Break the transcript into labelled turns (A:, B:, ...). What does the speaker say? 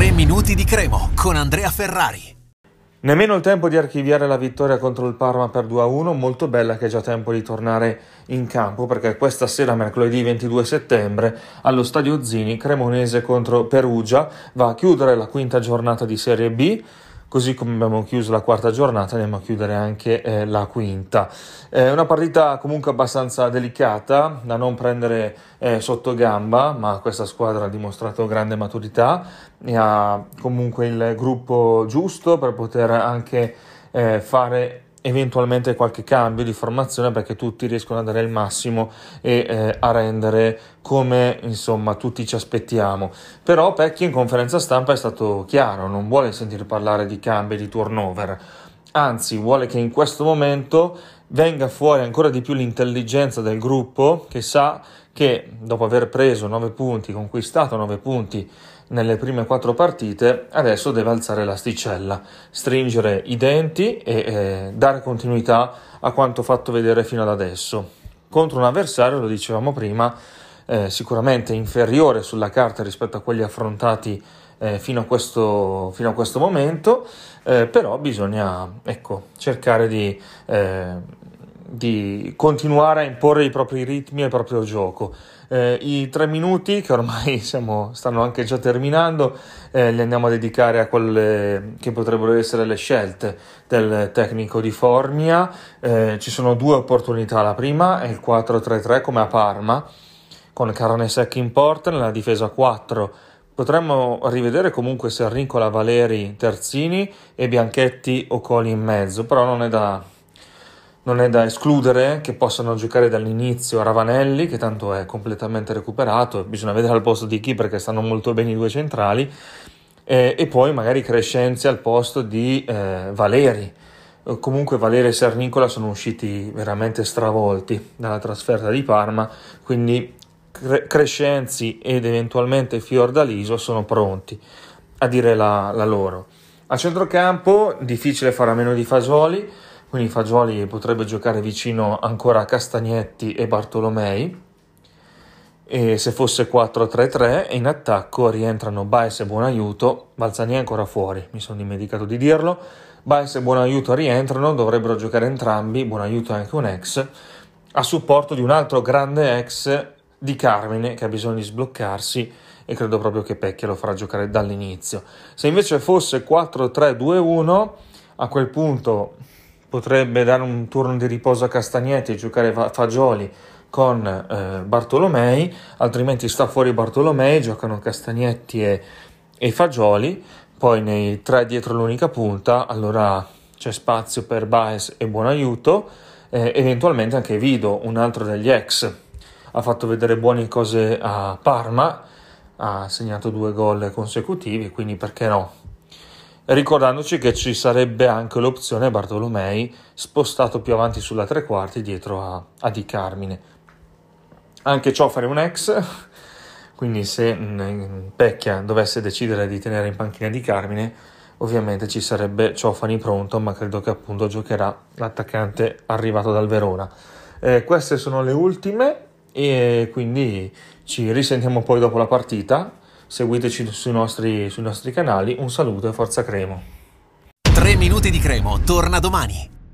A: 3 minuti di Cremo con Andrea Ferrari.
B: Nemmeno il tempo di archiviare la vittoria contro il Parma per 2-1, molto bella che è già tempo di tornare in campo perché questa sera, mercoledì 22 settembre, allo Stadio Zini, Cremonese contro Perugia va a chiudere la quinta giornata di Serie B. Così come abbiamo chiuso la quarta giornata, andiamo a chiudere anche la quinta. È una partita comunque abbastanza delicata, da non prendere sotto gamba, ma questa squadra ha dimostrato grande maturità e ha comunque il gruppo giusto per poter anche fare eventualmente qualche cambio di formazione, perché tutti riescono a dare il massimo e a rendere come insomma tutti ci aspettiamo. Però Pecchi in conferenza stampa è stato chiaro, non vuole sentir parlare di cambi, di turnover, anzi vuole che in questo momento venga fuori ancora di più l'intelligenza del gruppo, che sa che dopo aver preso 9 punti, conquistato 9 punti nelle prime 4 partite, adesso deve alzare l'asticella, stringere i denti e dare continuità a quanto fatto vedere fino ad adesso. Contro un avversario, lo dicevamo prima, sicuramente inferiore sulla carta rispetto a quelli affrontati fino a questo momento, però bisogna cercare di continuare a imporre i propri ritmi e il proprio gioco. I 3 minuti che ormai stanno anche già terminando, li andiamo a dedicare a quelle che potrebbero essere le scelte del tecnico di Formia. Ci sono 2 opportunità: la prima è il 4-3-3 come a Parma, con Carnesecchi in porta, nella difesa 4 potremmo rivedere comunque Serrincola, Valeri, Terzini e Bianchetti o Coli in mezzo, però non è da escludere che possano giocare dall'inizio Ravanelli, che tanto è completamente recuperato, bisogna vedere al posto di chi, perché stanno molto bene i 2 centrali, e poi magari Crescenzi al posto di Valeri. Comunque Valeri e Sernicola sono usciti veramente stravolti dalla trasferta di Parma, quindi Crescenzi ed eventualmente Fiordaliso sono pronti a dire la loro. A centrocampo difficile fare a meno di Fagioli, quindi Fagioli potrebbe giocare vicino ancora a Castagnetti e Bartolomei, e se fosse 4-3-3 in attacco rientrano Baez e Buonaiuto. Balzani è ancora fuori, mi sono dimenticato di dirlo. Baez e Buonaiuto rientrano, dovrebbero giocare entrambi, Buonaiuto è anche un ex, a supporto di un altro grande ex di Carmine che ha bisogno di sbloccarsi, e credo proprio che Pecchia lo farà giocare dall'inizio. Se invece fosse 4-3-2-1, a quel punto potrebbe dare un turno di riposo a Castagnetti e giocare Fagioli con Bartolomei, altrimenti sta fuori Bartolomei, giocano Castagnetti e Fagioli, poi nei 3 dietro l'unica punta, allora c'è spazio per Baez e Buonaiuto, eventualmente anche Vido, un altro degli ex. Ha fatto vedere buone cose a Parma, ha segnato 2 gol consecutivi, quindi perché no? Ricordandoci che ci sarebbe anche l'opzione Bartolomei spostato più avanti sulla 3/4 dietro a Di Carmine. Anche Ciofani è un ex, quindi se Pecchia dovesse decidere di tenere in panchina Di Carmine, ovviamente ci sarebbe Ciofani pronto, ma credo che appunto giocherà l'attaccante arrivato dal Verona. Queste sono le ultime, e quindi ci risentiamo poi dopo la partita. Seguiteci sui nostri canali. Un saluto e forza Cremo.
A: 3 minuti di Cremo torna domani.